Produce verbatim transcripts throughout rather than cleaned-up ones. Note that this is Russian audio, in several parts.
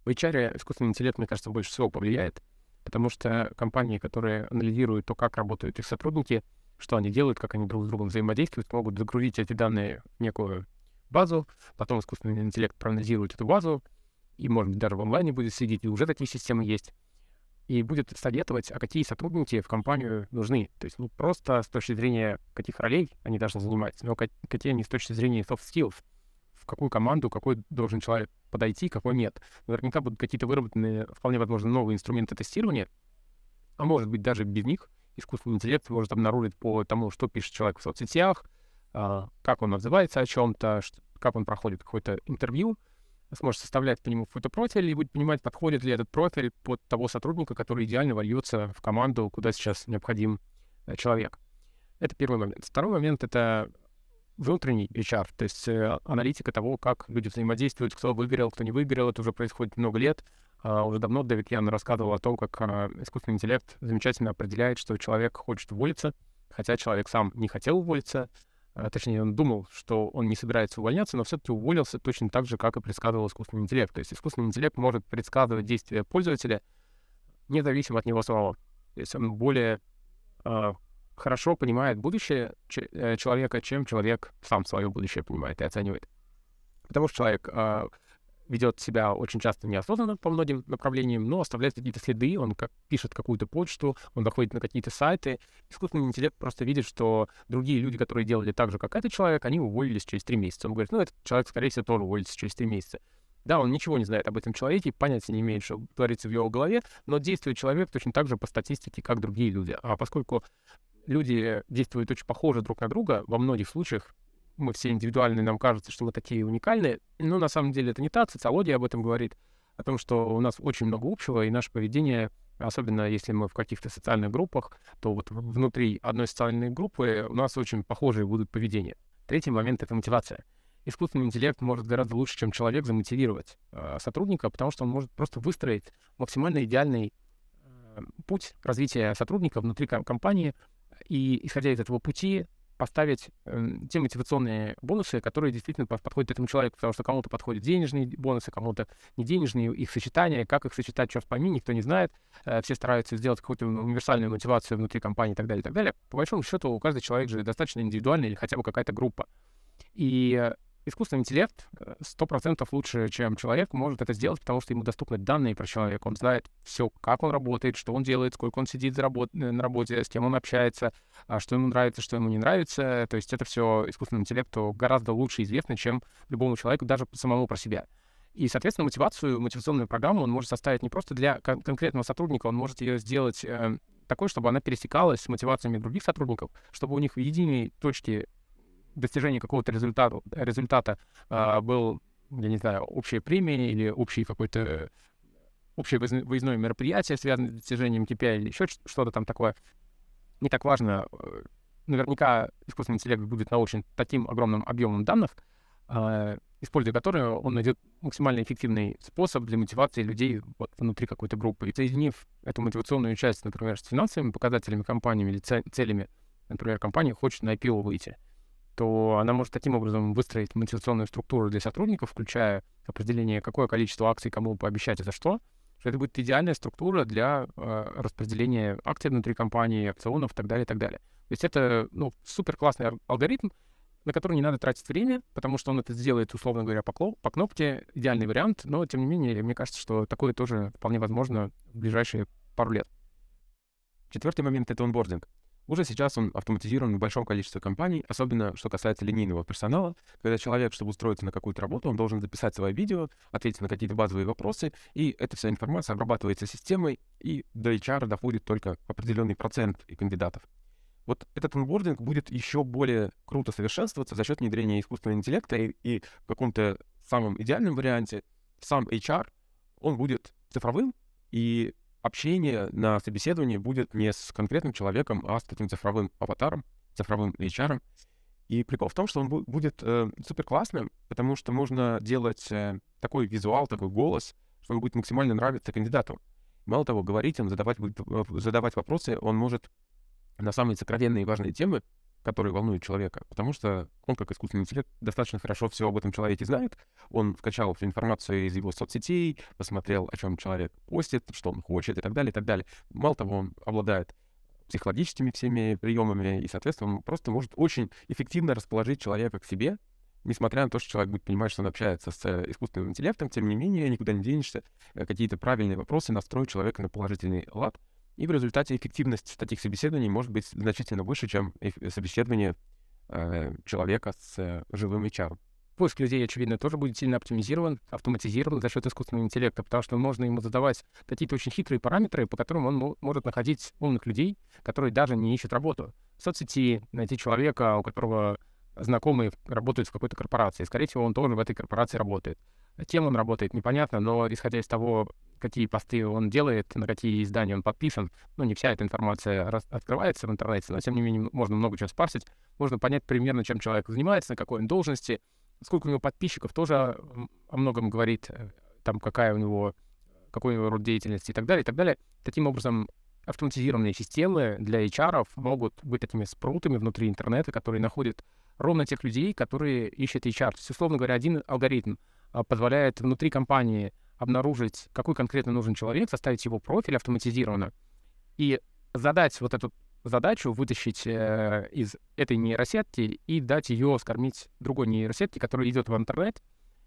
В эйч ар искусственный интеллект, мне кажется, больше всего повлияет, потому что компании, которые анализируют то, как работают их сотрудники, что они делают, как они друг с другом взаимодействуют, могут загрузить эти данные в некую базу, потом искусственный интеллект проанализирует эту базу, и, может быть, даже в онлайне будет следить, и уже такие системы есть, и будет советовать, а какие сотрудники в компанию нужны. То есть не просто с точки зрения каких ролей они должны занимать, но как- какие они с точки зрения soft skills, в какую команду, какой должен человек подойти, какой нет. Наверняка будут какие-то выработанные, вполне возможно, новые инструменты тестирования, а может быть, даже без них искусственный интеллект может обнаружить по тому, что пишет человек в соцсетях, а, как он отзывается о чем-то, как он проходит какое-то интервью, сможет составлять по нему какой-то профиль и будет понимать, подходит ли этот профиль под того сотрудника, который идеально вольется в команду, куда сейчас необходим э, человек. Это первый момент. Второй момент — это внутренний эйч ар, то есть э, аналитика того, как люди взаимодействуют, кто выгорел, кто не выгорел. Это уже происходит много лет. А, уже давно Дэвид Ян рассказывал о том, как а, искусственный интеллект замечательно определяет, что человек хочет уволиться, хотя человек сам не хотел уволиться. А, точнее, он думал, что он не собирается увольняться, но все-таки уволился точно так же, как и предсказывал искусственный интеллект. То есть искусственный интеллект может предсказывать действия пользователя независимо от него самого. То есть он более а, хорошо понимает будущее че- э, человека, чем человек сам свое будущее понимает и оценивает. Потому что человек а, ведет себя очень часто неосознанно по многим направлениям, но оставляет какие-то следы, он как, пишет какую-то почту, он заходит на какие-то сайты. Искусственный интеллект просто видит, что другие люди, которые делали так же, как этот человек, они уволились через три месяца. Он говорит, ну, этот человек, скорее всего, тоже уволится через три месяца. Да, он ничего не знает об этом человеке, понятия не имеет, что творится в его голове, но действует человек точно так же по статистике, как другие люди. А поскольку люди действуют очень похоже друг на друга, во многих случаях мы все индивидуальные, нам кажется, что мы такие уникальные, но на самом деле это не так. Социология об этом говорит, о том, что у нас очень много общего, и наше поведение, особенно если мы в каких-то социальных группах, то вот в- внутри одной социальной группы у нас очень похожие будут поведения. Третий момент — это мотивация. Искусственный интеллект может гораздо лучше, чем человек, замотивировать э, сотрудника, потому что он может просто выстроить максимально идеальный э, путь развития сотрудника внутри ком- компании, и, исходя из этого пути, поставить э, те мотивационные бонусы, которые действительно по- подходят этому человеку, потому что кому-то подходят денежные бонусы, кому-то не денежные, их сочетание, как их сочетать, черт пойми, никто не знает, Э, все стараются сделать какую-то универсальную мотивацию внутри компании и так далее, и так далее. По большому счету, каждый человек же достаточно индивидуальный или хотя бы какая-то группа. И э, искусственный интеллект э, сто процентов лучше, чем человек, может это сделать, потому что ему доступны данные про человека. Он знает все, как он работает, что он делает, сколько он сидит за работ- э, на работе, с кем он общается, а, что ему нравится, что ему не нравится. То есть это все искусственному интеллекту гораздо лучше известно, чем любому человеку, даже самому про себя. И, соответственно, мотивацию, мотивационную программу он может составить не просто для кон- конкретного сотрудника, он может ее сделать э, такой, чтобы она пересекалась с мотивациями других сотрудников, чтобы у них в единой точке достижения какого-то результата, результата а, был, я не знаю, общая премия или общий какой-то э, общее выездно- выездное мероприятие, связанное с достижением кей пи ай или еще ч- что-то там такое. Не так важно. э, Наверняка искусственный интеллект будет научен таким огромным объемом данных, а, используя которые он найдет максимально эффективный способ для мотивации людей вот, внутри какой-то группы. И соединив эту мотивационную часть, например, с финансовыми показателями компании или ц- целями, например, компания хочет на ай пи о выйти, то она может таким образом выстроить мотивационную структуру для сотрудников, включая определение, какое количество акций кому пообещать и за что, что это будет идеальная структура для э, распределения акций внутри компании, опционов и так далее, и так далее. То есть это, ну, супер классный алгоритм, на который не надо тратить время, потому что он это сделает, условно говоря, по, кло- по кнопке. Идеальный вариант, но, тем не менее, мне кажется, что такое тоже вполне возможно в ближайшие пару лет. Четвертый момент — это онбординг. Уже сейчас он автоматизирован в большом количестве компаний, особенно что касается линейного персонала, когда человек, чтобы устроиться на какую-то работу, он должен записать свое видео, ответить на какие-то базовые вопросы, и эта вся информация обрабатывается системой, и до эйч ар доходит только определенный процент и кандидатов. Вот этот онбординг будет еще более круто совершенствоваться за счет внедрения искусственного интеллекта, и, и в каком-то самом идеальном варианте сам эйч ар, он будет цифровым, и общение на собеседовании будет не с конкретным человеком, а с таким цифровым аватаром, цифровым эйч ар. И прикол в том, что он бу- будет э, супер классным, потому что можно делать э, такой визуал, такой голос, что он будет максимально нравиться кандидату. Мало того, говорить им, задавать, будет, э, задавать вопросы, он может на самые сокровенные и важные темы, который волнует человека, потому что он, как искусственный интеллект, достаточно хорошо все об этом человеке знает. Он скачал всю информацию из его соцсетей, посмотрел, о чем человек постит, что он хочет и так далее, и так далее. Мало того, он обладает психологическими всеми приемами, и, соответственно, он просто может очень эффективно расположить человека к себе, несмотря на то, что человек будет понимать, что он общается с искусственным интеллектом, тем не менее, никуда не денешься, какие-то правильные вопросы настроить человека на положительный лад. И в результате эффективность таких собеседований может быть значительно выше, чем собеседование э, человека с э, живым эйч ар. Поиск людей, очевидно, тоже будет сильно оптимизирован, автоматизирован за счет искусственного интеллекта, потому что можно ему задавать какие-то очень хитрые параметры, по которым он может находить умных людей, которые даже не ищут работу. В соцсети найти человека, у которого знакомые работают в какой-то корпорации. Скорее всего, он тоже в этой корпорации работает. Кем он работает, непонятно, но исходя из того, какие посты он делает, на какие издания он подписан, ну, не вся эта информация раз- открывается в интернете, но, тем не менее, можно много чего спарсить. Можно понять примерно, чем человек занимается, на какой он должности, сколько у него подписчиков, тоже о многом говорит, там, какая у него, какой у него род деятельности и так далее, и так далее. Таким образом, автоматизированные системы для эйч ар могут быть такими спрутами внутри интернета, которые находят ровно тех людей, которые ищут эйч ар. То есть, условно говоря, один алгоритм позволяет внутри компании обнаружить, какой конкретно нужен человек, составить его профиль автоматизированно и задать вот эту задачу, вытащить э, из этой нейросетки и дать ее скормить другой нейросетке, которая идет в интернет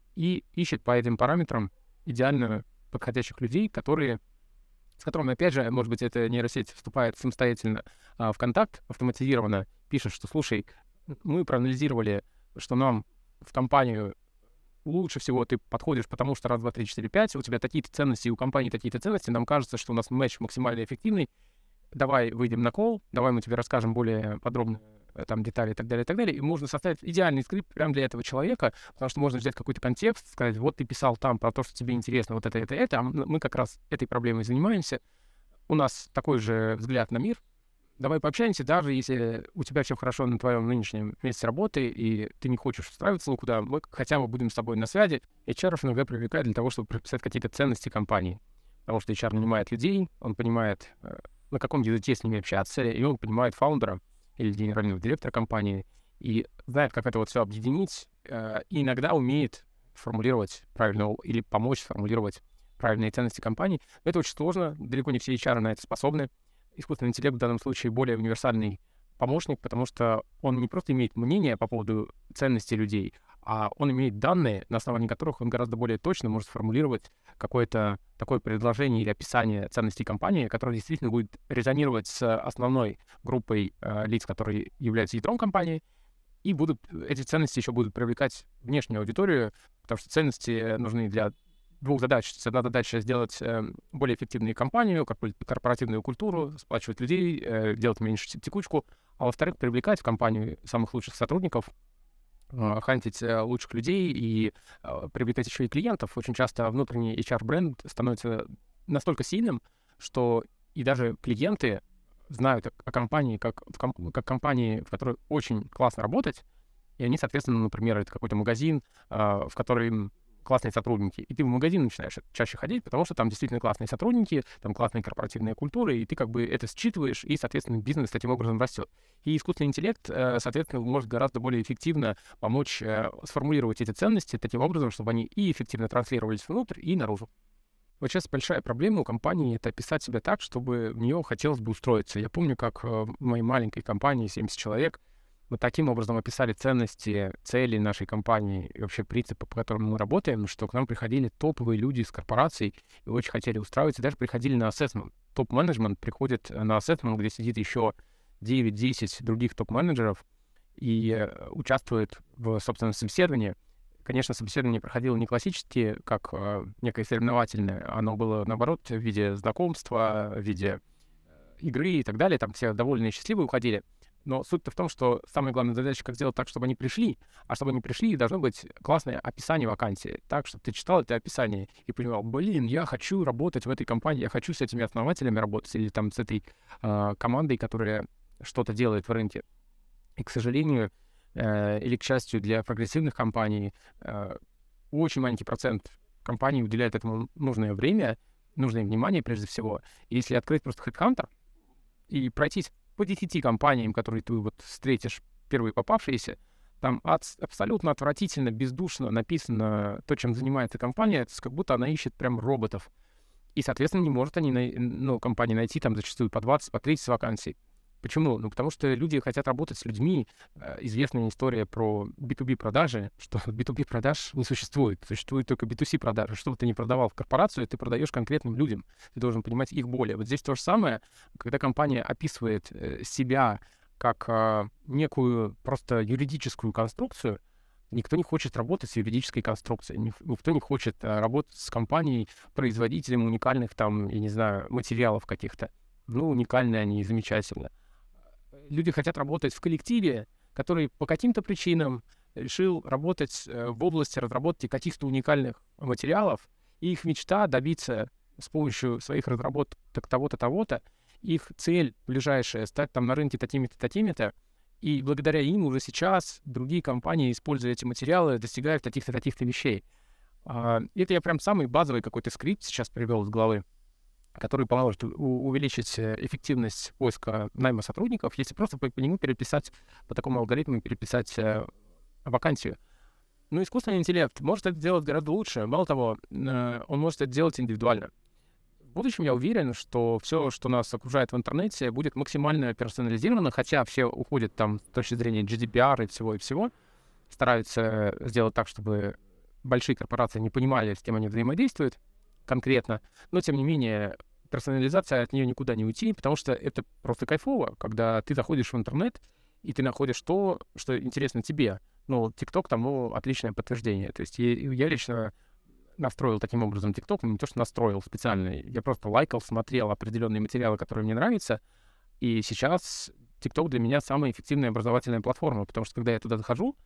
и ищет по этим параметрам идеально подходящих людей, которые, с которыми, опять же, может быть, эта нейросеть вступает самостоятельно а, в контакт, автоматизированно пишет, что, слушай, мы проанализировали, что нам в компанию лучше всего ты подходишь, потому что раз, два, три, четыре, пять, у тебя такие-то ценности, у компании такие-то ценности, нам кажется, что у нас матч максимально эффективный, давай выйдем на колл, давай мы тебе расскажем более подробно там детали и так далее, и так далее, и можно составить идеальный скрипт прямо для этого человека, потому что можно взять какой-то контекст, сказать, вот ты писал там про то, что тебе интересно, вот это, это, это, а мы как раз этой проблемой занимаемся, у нас такой же взгляд на мир, давай пообщаемся, даже если у тебя все хорошо на твоем нынешнем месте работы, и ты не хочешь устраиваться никуда, мы хотя бы будем с тобой на связи. эйч ар иногда привлекают для того, чтобы прописать какие-то ценности компании. Потому что эйч ар нанимает людей, он понимает, на каком языке с ними общаться, и он понимает фаундера или генерального директора компании, и знает, как это вот все объединить, и иногда умеет формулировать правильно или помочь сформулировать правильные ценности компании. Но это очень сложно, далеко не все эйч ар на это способны. Искусственный интеллект в данном случае более универсальный помощник, потому что он не просто имеет мнение по поводу ценностей людей, а он имеет данные, на основании которых он гораздо более точно может сформулировать какое-то такое предложение или описание ценностей компании, которое действительно будет резонировать с основной группой э, лиц, которые являются ядром компании, и будут, эти ценности еще будут привлекать внешнюю аудиторию, потому что ценности нужны для двух задач. Одна задача — сделать э, более эффективную компанию, корпоративную культуру, сплачивать людей, э, делать меньше текучку, а во-вторых, привлекать в компанию самых лучших сотрудников, э, хантить э, лучших людей и э, привлекать еще и клиентов. Очень часто внутренний эйч ар-бренд становится настолько сильным, что и даже клиенты знают о, о компании как, в комп- как компании, в которой очень классно работать, и они, соответственно, например, это какой-то магазин, э, в который классные сотрудники, и ты в магазин начинаешь чаще ходить, потому что там действительно классные сотрудники, там классная корпоративная культура, и ты как бы это считываешь, и, соответственно, бизнес таким образом растет. И искусственный интеллект, соответственно, может гораздо более эффективно помочь сформулировать эти ценности таким образом, чтобы они и эффективно транслировались внутрь и наружу. Вот сейчас большая проблема у компании — это описать себя так, чтобы в нее хотелось бы устроиться. Я помню, как в моей маленькой компании, семьдесят человек, мы таким образом описали ценности, цели нашей компании и вообще принципы, по которым мы работаем, что к нам приходили топовые люди из корпораций и очень хотели устраиваться, и даже приходили на ассессмент. Топ-менеджмент приходит на ассессмент, где сидит еще девять-десять других топ-менеджеров и участвует в собственном собеседовании. Конечно, собеседование проходило не классически, как э, некое соревновательное, оно было, наоборот, в виде знакомства, в виде игры и так далее. Там все довольные и счастливые уходили. Но суть-то в том, что самая главная задача, как сделать так, чтобы они пришли, а чтобы они пришли, должно быть классное описание вакансии, так, чтобы ты читал это описание и понимал, блин, я хочу работать в этой компании, я хочу с этими основателями работать или там с этой э, командой, которая что-то делает в рынке. И, к сожалению, э, или к счастью для прогрессивных компаний, э, очень маленький процент компаний уделяет этому нужное время, нужное внимание прежде всего. И если открыть просто HeadHunter и пройтись по десяти компаниям, которые ты вот встретишь первые попавшиеся, там ад- абсолютно отвратительно, бездушно написано то, чем занимается компания, это как будто она ищет прям роботов. И, соответственно, не может они, най- ну, компания найти там зачастую по двадцать, по тридцать вакансий. Почему? Ну, потому что люди хотят работать с людьми. Э, Известная история про би ту би продажи, что би ту би продаж не существует. Существует только би ту си продажи. Что бы ты ни продавал в корпорацию, ты продаешь конкретным людям. Ты должен понимать их боли. Вот здесь то же самое, когда компания описывает э, себя как э, некую просто юридическую конструкцию, никто не хочет работать с юридической конструкцией. Нif- Никто не хочет э, работать с компанией, производителем уникальных там, я не знаю, материалов каких-то. Ну, уникальные они, замечательно. Люди хотят работать в коллективе, который по каким-то причинам решил работать э, в области разработки каких-то уникальных материалов, и их мечта добиться с помощью своих разработок того-то, того-то, их цель ближайшая — стать там на рынке такими-то, такими-то, и благодаря им уже сейчас другие компании, используя эти материалы, достигают таких-то, таких-то вещей. А, Это я прям самый базовый какой-то скрипт сейчас привел из головы, который поможет у- увеличить э, эффективность поиска найма сотрудников, если просто по, по нему переписать, по такому алгоритму переписать э, вакансию. Но искусственный интеллект может это делать гораздо лучше. Мало того, э, он может это делать индивидуально. В будущем я уверен, что все, что нас окружает в интернете, будет максимально персонализировано, хотя все уходят там с точки зрения джи ди пи ар и всего, и всего, стараются сделать так, чтобы большие корпорации не понимали, с кем они взаимодействуют конкретно, но, тем не менее, персонализация, от нее никуда не уйти, потому что это просто кайфово, когда ты заходишь в интернет, и ты находишь то, что интересно тебе. Ну, TikTok тому отличное подтверждение. То есть я, я лично настроил таким образом TikTok, ну, не то, что настроил специально, я просто лайкал, смотрел определенные материалы, которые мне нравятся, и сейчас TikTok для меня самая эффективная образовательная платформа, потому что когда я туда захожу,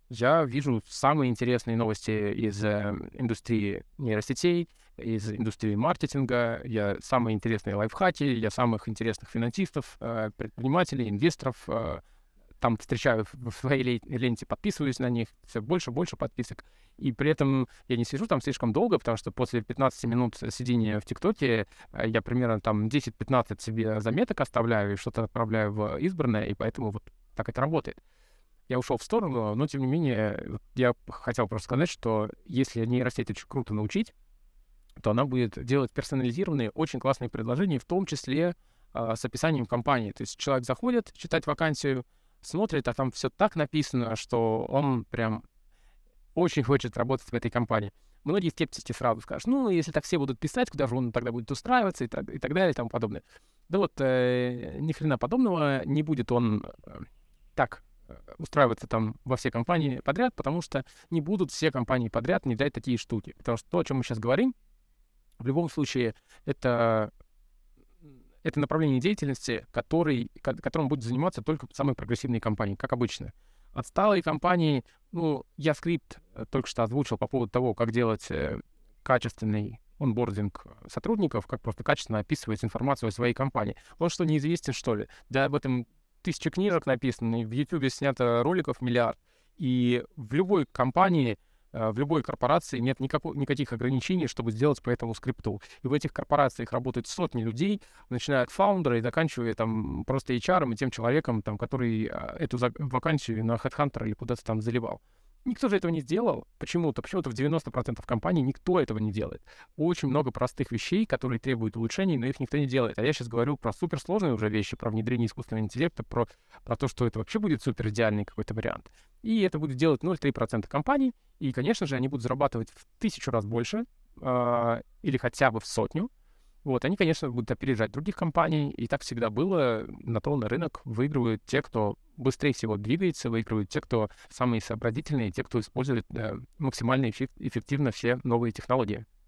я вижу самые интересные новости из э, индустрии нейросетей, из индустрии маркетинга, я самые интересные лайфхаки, я самых интересных финансистов, э, предпринимателей, инвесторов э, там встречаю в в своей лей- ленте, подписываюсь на них, все больше, больше подписок. И при этом я не сижу там слишком долго, потому что после пятнадцати минут сидения в ТикТоке э, я примерно там десять-пятнадцать себе заметок оставляю и что-то отправляю в избранное, и поэтому вот так это работает. Я ушел в сторону, но тем не менее, вот я хотел просто сказать, что если нейросеть очень круто научить, то она будет делать персонализированные, очень классные предложения, в том числе а, с описанием компании. То есть человек заходит читать вакансию, смотрит, а там все так написано, что он прям очень хочет работать в этой компании. Многие скептики сразу скажут, ну, если так все будут писать, куда же он тогда будет устраиваться и так, и так далее и тому подобное. Да вот, э, ни хрена подобного, не будет он э, так э, устраиваться там во все компании подряд, потому что не будут все компании подряд внедрять такие штуки. Потому что то, о чем мы сейчас говорим, в любом случае, это, это направление деятельности, который, ко- которым будет заниматься только самые прогрессивные компании, как обычно. Отсталые компании, ну, я скрипт э, только что озвучил по поводу того, как делать э, качественный онбординг сотрудников, как просто качественно описывать информацию о своей компании. Он что, неизвестен, что ли? Да, об этом тысячи книжек написано, и в Ютубе снято роликов миллиард. И в любой компании, э, в любой корпорации нет никакого, никаких ограничений, чтобы сделать по этому скрипту. И в этих корпорациях работают сотни людей, начиная от фаундера и заканчивая там просто эйч ар и тем человеком, там, который э, эту за- вакансию на HeadHunter или куда-то там заливал. Никто же этого не сделал. Почему-то, почему-то в девяноста процентах компаний никто этого не делает. Очень много простых вещей, которые требуют улучшений, но их никто не делает. А я сейчас говорю про суперсложные уже вещи, про внедрение искусственного интеллекта, про, про то, что это вообще будет супер идеальный какой-то вариант. И это будет делать ноль целых три десятых процента компаний, и, конечно же, они будут зарабатывать в тысячу раз больше, э, или хотя бы в сотню. Вот, они, конечно, будут опережать других компаний, и так всегда было. На то на рынок выигрывают те, кто быстрее всего двигается, выигрывают те, кто самые сообразительные, те, кто использует э, максимально эффек- эффективно все новые технологии.